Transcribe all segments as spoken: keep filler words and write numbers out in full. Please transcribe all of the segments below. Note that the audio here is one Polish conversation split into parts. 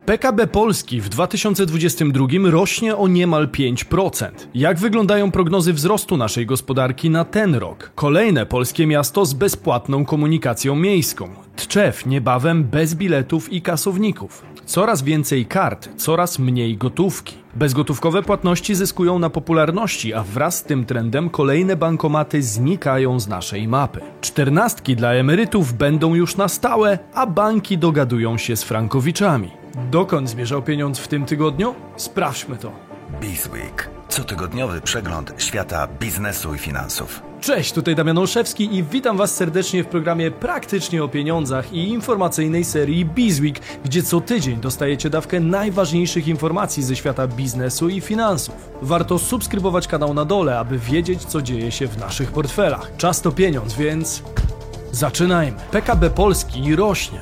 P K B Polski w dwa tysiące dwudziestym drugim rośnie o niemal pięć procent. Jak wyglądają prognozy wzrostu naszej gospodarki na ten rok? Kolejne polskie miasto z bezpłatną komunikacją miejską. Tczew niebawem bez biletów i kasowników. Coraz więcej kart, coraz mniej gotówki. Bezgotówkowe płatności zyskują na popularności, a wraz z tym trendem kolejne bankomaty znikają z naszej mapy. Czternastki dla emerytów będą już na stałe, a banki dogadują się z frankowiczami. Dokąd zmierzał pieniądz w tym tygodniu? Sprawdźmy to. Bizweek. Cotygodniowy przegląd świata biznesu i finansów. Cześć, tutaj Damian Olszewski i witam Was serdecznie w programie Praktycznie o Pieniądzach i informacyjnej serii Bizweek, gdzie co tydzień dostajecie dawkę najważniejszych informacji ze świata biznesu i finansów. Warto subskrybować kanał na dole, aby wiedzieć, co dzieje się w naszych portfelach. Czas to pieniądz, więc zaczynajmy. P K B Polski rośnie.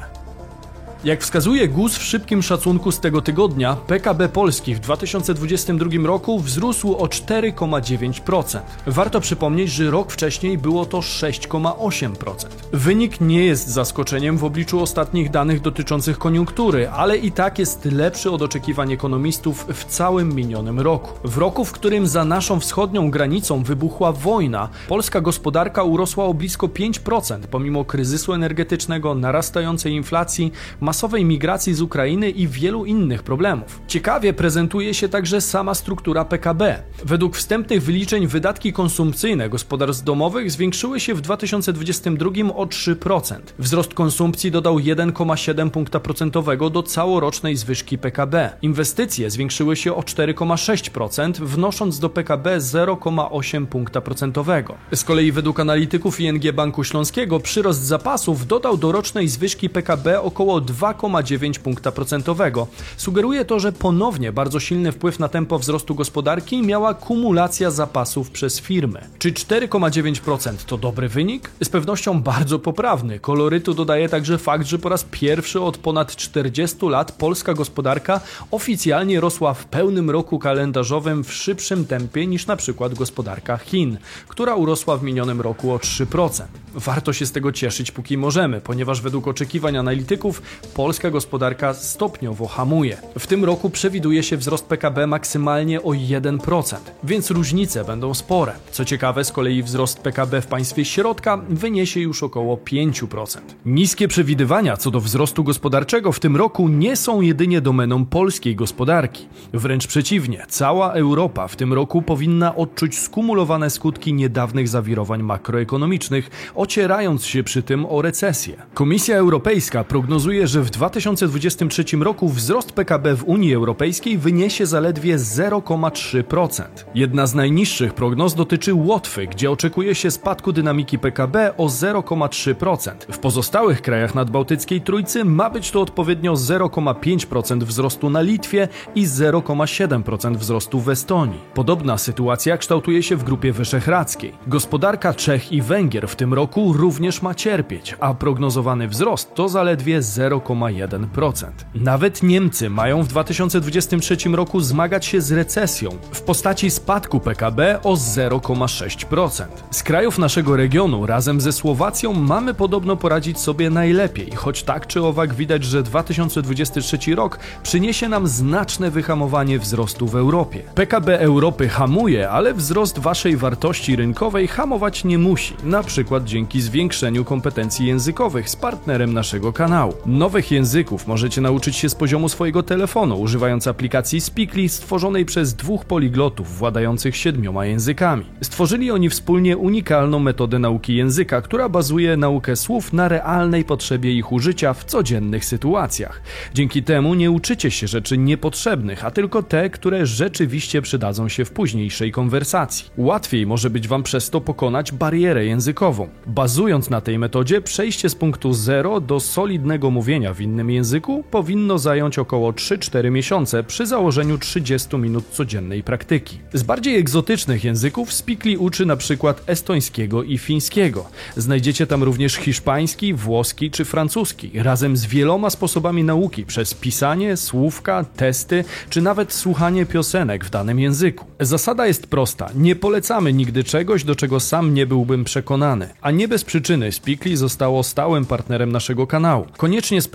Jak wskazuje G U S w szybkim szacunku z tego tygodnia, P K B Polski w dwa tysiące dwudziestym drugim roku wzrósł o cztery przecinek dziewięć procent. Warto przypomnieć, że rok wcześniej było to sześć przecinek osiem procent. Wynik nie jest zaskoczeniem w obliczu ostatnich danych dotyczących koniunktury, ale i tak jest lepszy od oczekiwań ekonomistów w całym minionym roku. W roku, w którym za naszą wschodnią granicą wybuchła wojna, polska gospodarka urosła o blisko pięć procent, pomimo kryzysu energetycznego, narastającej inflacji, masowej migracji z Ukrainy i wielu innych problemów. Ciekawie prezentuje się także sama struktura P K B. Według wstępnych wyliczeń wydatki konsumpcyjne gospodarstw domowych zwiększyły się w dwa tysiące dwudziestym drugim o trzy procent. Wzrost konsumpcji dodał jeden przecinek siedem punkta procentowego do całorocznej zwyżki P K B. Inwestycje zwiększyły się o cztery przecinek sześć procent, wnosząc do P K B zero przecinek osiem punkta procentowego. Z kolei według analityków I N G Banku Śląskiego przyrost zapasów dodał do rocznej zwyżki P K B około dwa przecinek dziewięć punkta procentowego. Sugeruje to, że ponownie bardzo silny wpływ na tempo wzrostu gospodarki miała kumulacja zapasów przez firmy. Czy cztery przecinek dziewięć procent to dobry wynik? Z pewnością bardzo poprawny. Kolorytu dodaje także fakt, że po raz pierwszy od ponad czterdziestu lat polska gospodarka oficjalnie rosła w pełnym roku kalendarzowym w szybszym tempie niż na przykład gospodarka Chin, która urosła w minionym roku o trzy procent. Warto się z tego cieszyć, póki możemy, ponieważ według oczekiwań analityków polska gospodarka stopniowo hamuje. W tym roku przewiduje się wzrost P K B maksymalnie o jeden procent, więc różnice będą spore. Co ciekawe, z kolei wzrost P K B w państwie środka wyniesie już około pięć procent. Niskie przewidywania co do wzrostu gospodarczego w tym roku nie są jedynie domeną polskiej gospodarki. Wręcz przeciwnie, cała Europa w tym roku powinna odczuć skumulowane skutki niedawnych zawirowań makroekonomicznych, ocierając się przy tym o recesję. Komisja Europejska prognozuje, że w dwa tysiące dwudziestym trzecim roku wzrost P K B w Unii Europejskiej wyniesie zaledwie zero przecinek trzy procent. Jedna z najniższych prognoz dotyczy Łotwy, gdzie oczekuje się spadku dynamiki P K B o zero przecinek trzy procent. W pozostałych krajach nadbałtyckiej trójcy ma być to odpowiednio zero przecinek pięć procent wzrostu na Litwie i zero przecinek siedem procent wzrostu w Estonii. Podobna sytuacja kształtuje się w Grupie Wyszehradzkiej. Gospodarka Czech i Węgier w tym roku również ma cierpieć, a prognozowany wzrost to zaledwie zero przecinek jeden procent. Nawet Niemcy mają w dwa tysiące dwudziestym trzecim roku zmagać się z recesją w postaci spadku P K B o zero przecinek sześć procent. Z krajów naszego regionu razem ze Słowacją mamy podobno poradzić sobie najlepiej, choć tak czy owak widać, że dwa tysiące dwudziesty trzeci rok przyniesie nam znaczne wyhamowanie wzrostu w Europie. P K B Europy hamuje, ale wzrost waszej wartości rynkowej hamować nie musi, na przykład dzięki zwiększeniu kompetencji językowych z partnerem naszego kanału. Nowych języków możecie nauczyć się z poziomu swojego telefonu, używając aplikacji Speakly stworzonej przez dwóch poliglotów władających siedmioma językami. Stworzyli oni wspólnie unikalną metodę nauki języka, która bazuje naukę słów na realnej potrzebie ich użycia w codziennych sytuacjach. Dzięki temu nie uczycie się rzeczy niepotrzebnych, a tylko te, które rzeczywiście przydadzą się w późniejszej konwersacji. Łatwiej może być wam przez to pokonać barierę językową. Bazując na tej metodzie, przejście z punktu zero do solidnego mówienia w innym języku powinno zająć około trzy cztery miesiące przy założeniu trzydziestu minut codziennej praktyki. Z bardziej egzotycznych języków Speakly uczy na przykład estońskiego i fińskiego. Znajdziecie tam również hiszpański, włoski czy francuski, razem z wieloma sposobami nauki przez pisanie, słówka, testy czy nawet słuchanie piosenek w danym języku. Zasada jest prosta. Nie polecamy nigdy czegoś, do czego sam nie byłbym przekonany. A nie bez przyczyny Speakly zostało stałym partnerem naszego kanału. Koniecznie sprawdźcie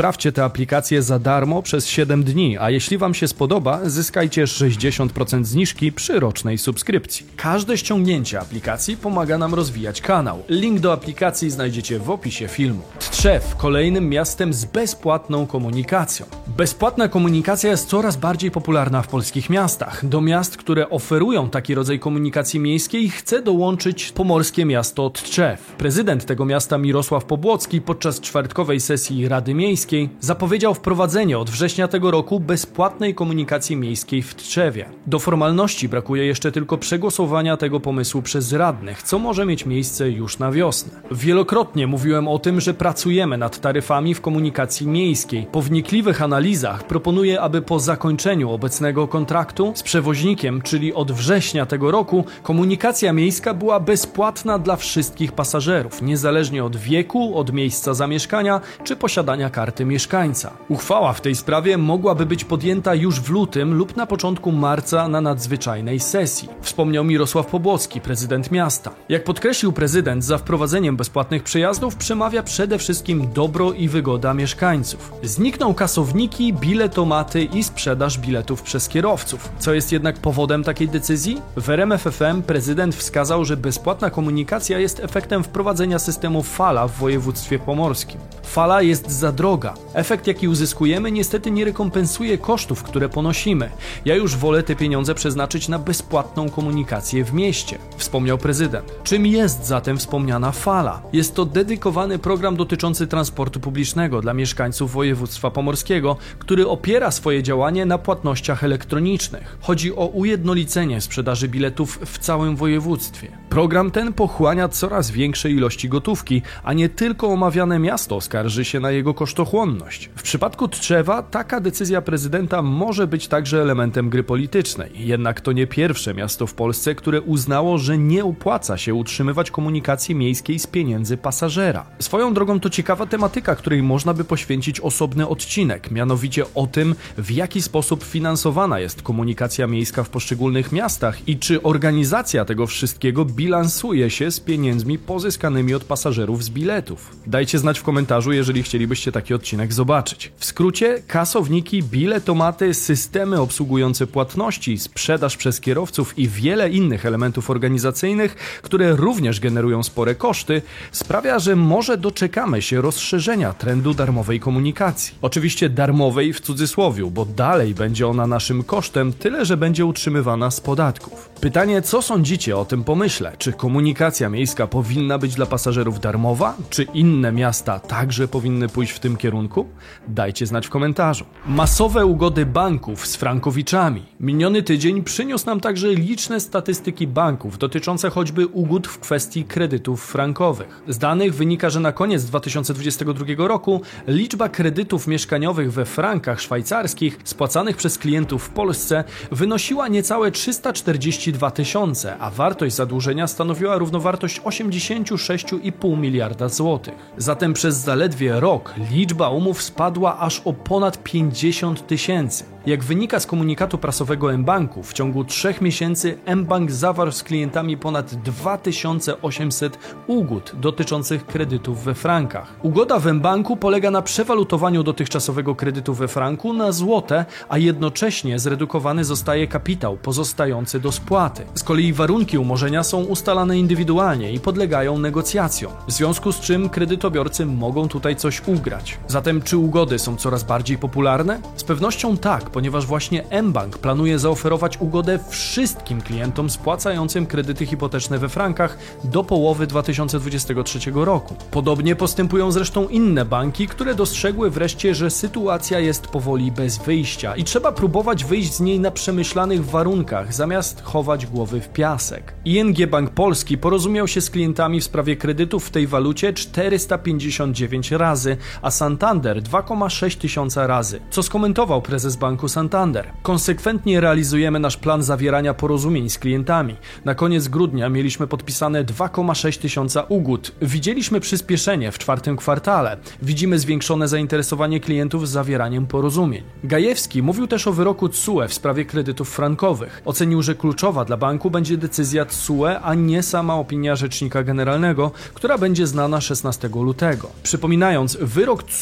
Sprawdźcie te aplikacje za darmo przez siedem dni, a jeśli Wam się spodoba, zyskajcie sześćdziesiąt procent zniżki przy rocznej subskrypcji. Każde ściągnięcie aplikacji pomaga nam rozwijać kanał. Link do aplikacji znajdziecie w opisie filmu. Tczew, kolejnym miastem z bezpłatną komunikacją. Bezpłatna komunikacja jest coraz bardziej popularna w polskich miastach. Do miast, które oferują taki rodzaj komunikacji miejskiej, chce dołączyć pomorskie miasto Tczew. Prezydent tego miasta Mirosław Pobłocki podczas czwartkowej sesji Rady Miejskiej zapowiedział wprowadzenie od września tego roku bezpłatnej komunikacji miejskiej w Tczewie. Do formalności brakuje jeszcze tylko przegłosowania tego pomysłu przez radnych, co może mieć miejsce już na wiosnę. Wielokrotnie mówiłem o tym, że pracujemy nad taryfami w komunikacji miejskiej. Po wnikliwych analizach proponuję, aby po zakończeniu obecnego kontraktu z przewoźnikiem, czyli od września tego roku, komunikacja miejska była bezpłatna dla wszystkich pasażerów, niezależnie od wieku, od miejsca zamieszkania czy posiadania karty mieszkańca. Uchwała w tej sprawie mogłaby być podjęta już w lutym lub na początku marca na nadzwyczajnej sesji, wspomniał Mirosław Pobłocki, prezydent miasta. Jak podkreślił prezydent, za wprowadzeniem bezpłatnych przejazdów przemawia przede wszystkim dobro i wygoda mieszkańców. Znikną kasowniki, biletomaty i sprzedaż biletów przez kierowców. Co jest jednak powodem takiej decyzji? W R M F F M prezydent wskazał, że bezpłatna komunikacja jest efektem wprowadzenia systemu Fala w województwie pomorskim. Fala jest za droga. Efekt, jaki uzyskujemy, niestety nie rekompensuje kosztów, które ponosimy. Ja już wolę te pieniądze przeznaczyć na bezpłatną komunikację w mieście, wspomniał prezydent. Czym jest zatem wspomniana Fala? Jest to dedykowany program dotyczący transportu publicznego dla mieszkańców województwa pomorskiego, który opiera swoje działanie na płatnościach elektronicznych. Chodzi o ujednolicenie sprzedaży biletów w całym województwie. Program ten pochłania coraz większe ilości gotówki, a nie tylko omawiane miasto skarży się na jego kosztochłonność. W przypadku Tczewa taka decyzja prezydenta może być także elementem gry politycznej. Jednak to nie pierwsze miasto w Polsce, które uznało, że nie opłaca się utrzymywać komunikacji miejskiej z pieniędzy pasażera. Swoją drogą to ciekawa tematyka, której można by poświęcić osobny odcinek, mianowicie o tym, w jaki sposób finansowana jest komunikacja miejska w poszczególnych miastach i czy organizacja tego wszystkiego bilansuje się z pieniędzmi pozyskanymi od pasażerów z biletów. Dajcie znać w komentarzu, jeżeli chcielibyście taki odcinek zobaczyć. W skrócie, kasowniki, biletomaty, systemy obsługujące płatności, sprzedaż przez kierowców i wiele innych elementów organizacyjnych, które również generują spore koszty, sprawia, że może doczekamy się rozszerzenia trendu darmowej komunikacji. Oczywiście darmowej w cudzysłowiu, bo dalej będzie ona naszym kosztem, tyle że będzie utrzymywana z podatków. Pytanie, co sądzicie o tym pomyśle? Czy komunikacja miejska powinna być dla pasażerów darmowa? Czy inne miasta także powinny pójść w tym kierunku? Dajcie znać w komentarzu. Masowe ugody banków z frankowiczami. Miniony tydzień przyniósł nam także liczne statystyki banków dotyczące choćby ugód w kwestii kredytów frankowych. Z danych wynika, że na koniec dwa tysiące dwudziestego drugiego roku liczba kredytów mieszkaniowych we frankach szwajcarskich spłacanych przez klientów w Polsce wynosiła niecałe trzysta czterdzieści dwa tysiące, a wartość zadłużenia stanowiła równowartość osiemdziesiąt sześć i pół miliarda złotych. Zatem przez zaledwie rok liczba umów spadła aż o ponad pięćdziesiąt tysięcy. Jak wynika z komunikatu prasowego mBanku, w ciągu trzech miesięcy mBank zawarł z klientami ponad dwa tysiące osiemset ugód dotyczących kredytów we frankach. Ugoda w mBanku polega na przewalutowaniu dotychczasowego kredytu we franku na złote, a jednocześnie zredukowany zostaje kapitał pozostający do spłaty. Z kolei warunki umorzenia są ustalane indywidualnie i podlegają negocjacjom, w związku z czym kredytobiorcy mogą tutaj coś ugrać. Zatem czy ugody są coraz bardziej popularne? Z pewnością tak, ponieważ właśnie mBank planuje zaoferować ugodę wszystkim klientom spłacającym kredyty hipoteczne we frankach do połowy dwa tysiące dwudziestego trzeciego roku. Podobnie postępują zresztą inne banki, które dostrzegły wreszcie, że sytuacja jest powoli bez wyjścia i trzeba próbować wyjść z niej na przemyślanych warunkach, zamiast chować głowy w piasek. I N G Bank Polski porozumiał się z klientami w sprawie kredytów w tej walucie czterysta pięćdziesiąt dziewięć razy, a Santander dwa przecinek sześć tysiąca razy, co skomentował prezes banku Santander. Konsekwentnie realizujemy nasz plan zawierania porozumień z klientami. Na koniec grudnia mieliśmy podpisane dwa przecinek sześć tysiąca ugód. Widzieliśmy przyspieszenie w czwartym kwartale. Widzimy zwiększone zainteresowanie klientów z zawieraniem porozumień. Gajewski mówił też o wyroku T S U E w sprawie kredytów frankowych. Ocenił, że kluczowa dla banku będzie decyzja T S U E, a nie sama opinia Rzecznika Generalnego, która będzie znana szesnastego lutego. Przypominając, wyrok T S U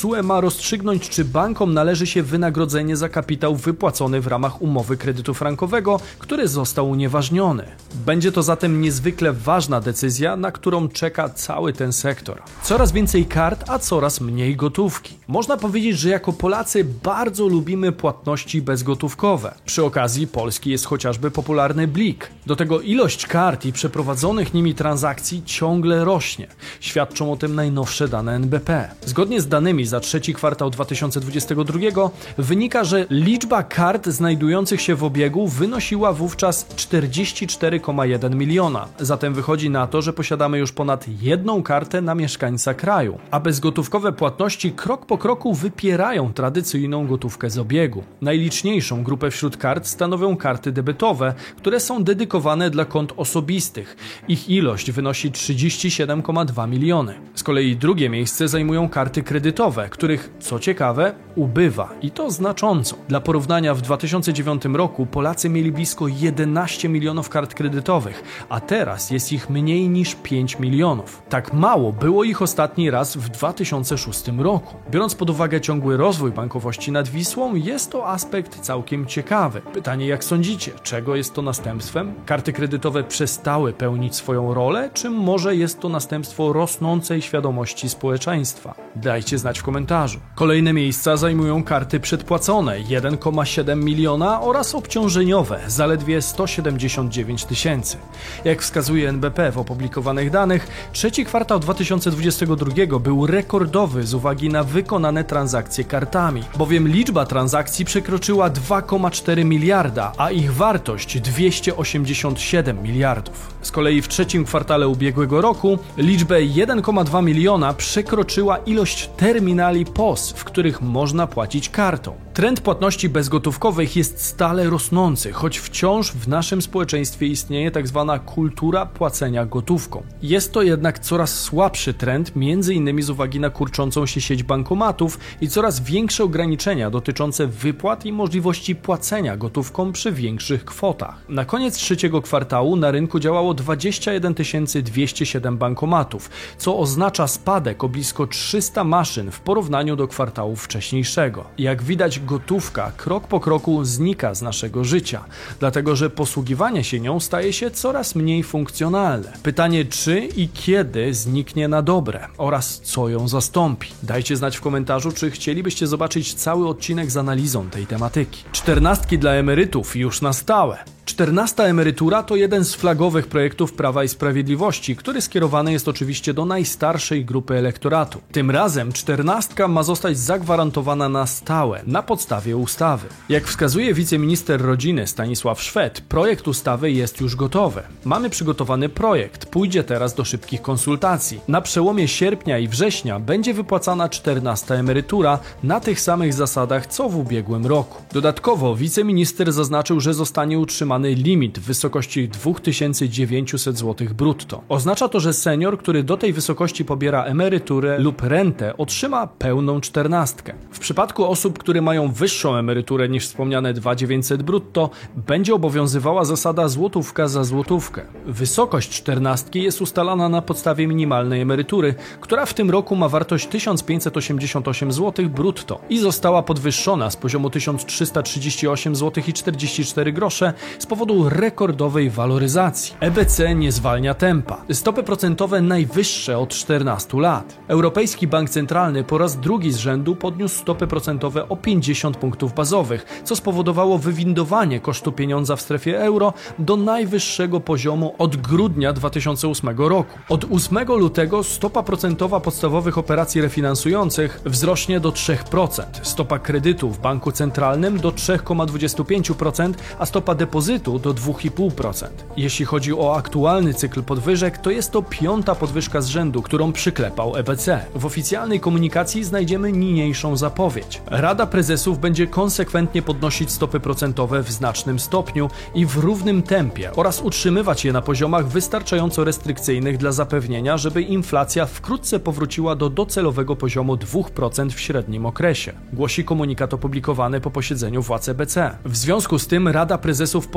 T U E ma rozstrzygnąć, czy bankom należy się wynagrodzenie za kapitał wypłacony w ramach umowy kredytu frankowego, który został unieważniony. Będzie to zatem niezwykle ważna decyzja, na którą czeka cały ten sektor. Coraz więcej kart, a coraz mniej gotówki. Można powiedzieć, że jako Polacy bardzo lubimy płatności bezgotówkowe. Przy okazji Polski jest chociażby popularny Blik. Do tego ilość kart i przeprowadzonych nimi transakcji ciągle rośnie. Świadczą o tym najnowsze dane N B P. Zgodnie z danymi za trzeci kwartał dwa tysiące dwudziestego drugiego wynika, że liczba kart znajdujących się w obiegu wynosiła wówczas czterdzieści cztery przecinek jeden miliona. Zatem wychodzi na to, że posiadamy już ponad jedną kartę na mieszkańca kraju. A bezgotówkowe płatności krok po kroku wypierają tradycyjną gotówkę z obiegu. Najliczniejszą grupę wśród kart stanowią karty debetowe, które są dedykowane dla kont osobistych. Ich ilość wynosi trzydzieści siedem przecinek dwa miliony. Z kolei drugie miejsce zajmują karty kredytowe, których, co ciekawe, ubywa i to znacząco. Dla porównania w dwa tysiące dziewiątym roku Polacy mieli blisko jedenaście milionów kart kredytowych, a teraz jest ich mniej niż pięć milionów. Tak mało było ich ostatni raz w dwa tysiące szóstym roku. Biorąc pod uwagę ciągły rozwój bankowości nad Wisłą, jest to aspekt całkiem ciekawy. Pytanie, jak sądzicie, czego jest to następstwem? Karty kredytowe przestały pełnić swoją rolę, czy może jest to następstwo rosnącej świadomości społeczeństwa? Dajcie znać w komentarzu. Kolejne miejsca zajmują karty przedpłacone jeden przecinek siedem miliona oraz obciążeniowe zaledwie sto siedemdziesiąt dziewięć tysięcy. Jak wskazuje N B P w opublikowanych danych, trzeci kwartał dwa tysiące dwudziestego drugiego był rekordowy z uwagi na wykonane transakcje kartami, bowiem liczba transakcji przekroczyła dwa przecinek cztery miliarda, a ich wartość dwieście osiemdziesiąt siedem miliardów. Z kolei w trzecim kwartale ubiegłego roku liczbę jeden przecinek dwa miliona przekroczyła ilość terminali P O S, w których można płacić kartą. Trend płatności bezgotówkowych jest stale rosnący, choć wciąż w naszym społeczeństwie istnieje tak zwana kultura płacenia gotówką. Jest to jednak coraz słabszy trend, między innymi z uwagi na kurczącą się sieć bankomatów i coraz większe ograniczenia dotyczące wypłat i możliwości płacenia gotówką przy większych kwotach. Na koniec trzeciego kwartału na rynku działało dwadzieścia jeden tysięcy dwieście siedem bankomatów, co oznacza spadek o blisko trzysta maszyn w porównaniu do kwartału wcześniejszego. Jak widać, gotówka krok po kroku znika z naszego życia, dlatego że posługiwanie się nią staje się coraz mniej funkcjonalne. Pytanie, czy i kiedy zniknie na dobre oraz co ją zastąpi. Dajcie znać w komentarzu, czy chcielibyście zobaczyć cały odcinek z analizą tej tematyki. Czternastki dla emerytów już na stałe. Czternasta emerytura to jeden z flagowych projektów Prawa i Sprawiedliwości, który skierowany jest oczywiście do najstarszej grupy elektoratu. Tym razem czternastka ma zostać zagwarantowana na stałe, na podstawie ustawy. Jak wskazuje wiceminister rodziny Stanisław Szwed, projekt ustawy jest już gotowy. Mamy przygotowany projekt, pójdzie teraz do szybkich konsultacji. Na przełomie sierpnia i września będzie wypłacana czternasta emerytura na tych samych zasadach co w ubiegłym roku. Dodatkowo wiceminister zaznaczył, że zostanie utrzymany limit w wysokości dwa tysiące dziewięćset złotych brutto. Oznacza to, że senior, który do tej wysokości pobiera emeryturę lub rentę, otrzyma pełną czternastkę. W przypadku osób, które mają wyższą emeryturę niż wspomniane dwa tysiące dziewięćset brutto, będzie obowiązywała zasada złotówka za złotówkę. Wysokość czternastki jest ustalana na podstawie minimalnej emerytury, która w tym roku ma wartość tysiąc pięćset osiemdziesiąt osiem złotych brutto i została podwyższona z poziomu tysiąc trzysta trzydzieści osiem złotych i czterdzieści cztery grosze z powodu rekordowej waloryzacji. E B C nie zwalnia tempa. Stopy procentowe najwyższe od czternastu lat. Europejski Bank Centralny po raz drugi z rzędu podniósł stopy procentowe o pięćdziesiąt punktów bazowych, co spowodowało wywindowanie kosztu pieniądza w strefie euro do najwyższego poziomu od grudnia dwa tysiące ósmego roku. Od ósmego lutego stopa procentowa podstawowych operacji refinansujących wzrośnie do trzy procent. Stopa kredytu w banku centralnym do trzy przecinek dwadzieścia pięć procent, a stopa depozytu do dwa przecinek pięć procent. Jeśli chodzi o aktualny cykl podwyżek, to jest to piąta podwyżka z rzędu, którą przyklepał E B C. W oficjalnej komunikacji znajdziemy niniejszą zapowiedź. Rada Prezesów będzie konsekwentnie podnosić stopy procentowe w znacznym stopniu i w równym tempie oraz utrzymywać je na poziomach wystarczająco restrykcyjnych dla zapewnienia, żeby inflacja wkrótce powróciła do docelowego poziomu dwa procent w średnim okresie. Głosi komunikat opublikowany po posiedzeniu władz E B C. W związku z tym Rada Prezesów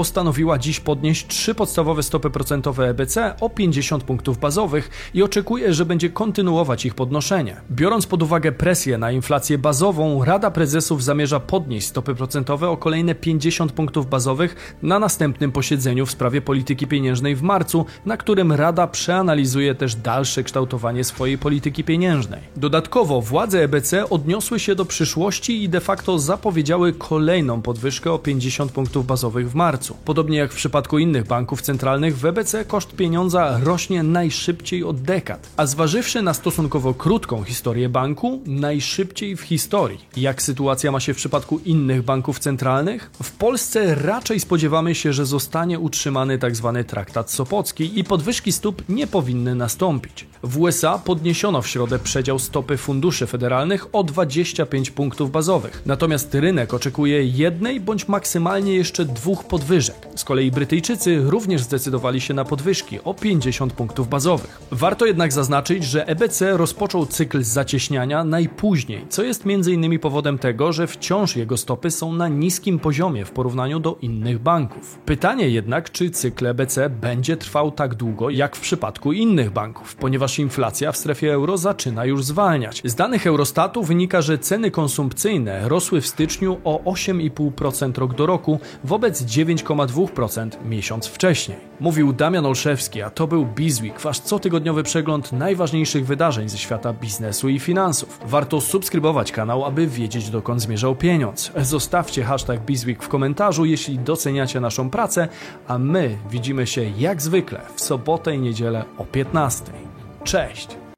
postanowiła dziś podnieść trzy podstawowe stopy procentowe E B C o pięćdziesiąt punktów bazowych i oczekuje, że będzie kontynuować ich podnoszenie. Biorąc pod uwagę presję na inflację bazową, Rada Prezesów zamierza podnieść stopy procentowe o kolejne pięćdziesiąt punktów bazowych na następnym posiedzeniu w sprawie polityki pieniężnej w marcu, na którym Rada przeanalizuje też dalsze kształtowanie swojej polityki pieniężnej. Dodatkowo władze E B C odniosły się do przyszłości i de facto zapowiedziały kolejną podwyżkę o pięćdziesiąt punktów bazowych w marcu. Podobnie jak w przypadku innych banków centralnych, w E B C koszt pieniądza rośnie najszybciej od dekad, a zważywszy na stosunkowo krótką historię banku, najszybciej w historii. Jak sytuacja ma się w przypadku innych banków centralnych? W Polsce raczej spodziewamy się, że zostanie utrzymany tzw. traktat Sopocki i podwyżki stóp nie powinny nastąpić. W U S A podniesiono w środę przedział stopy funduszy federalnych o dwadzieścia pięć punktów bazowych. Natomiast rynek oczekuje jednej bądź maksymalnie jeszcze dwóch podwyżek. Z kolei Brytyjczycy również zdecydowali się na podwyżki o pięćdziesiąt punktów bazowych. Warto jednak zaznaczyć, że E B C rozpoczął cykl zacieśniania najpóźniej, co jest między innymi powodem tego, że wciąż jego stopy są na niskim poziomie w porównaniu do innych banków. Pytanie jednak, czy cykl E B C będzie trwał tak długo jak w przypadku innych banków, ponieważ inflacja w strefie euro zaczyna już zwalniać. Z danych Eurostatu wynika, że ceny konsumpcyjne rosły w styczniu o osiem i pół procent rok do roku wobec dziewięć przecinek dwa procent miesiąc wcześniej. Mówił Damian Olszewski, a to był Bizweek, wasz cotygodniowy przegląd najważniejszych wydarzeń ze świata biznesu i finansów. Warto subskrybować kanał, aby wiedzieć, dokąd zmierzał pieniądz. Zostawcie hashtag Bizweek w komentarzu, jeśli doceniacie naszą pracę, a my widzimy się jak zwykle w sobotę i niedzielę o piętnastej. Cześć!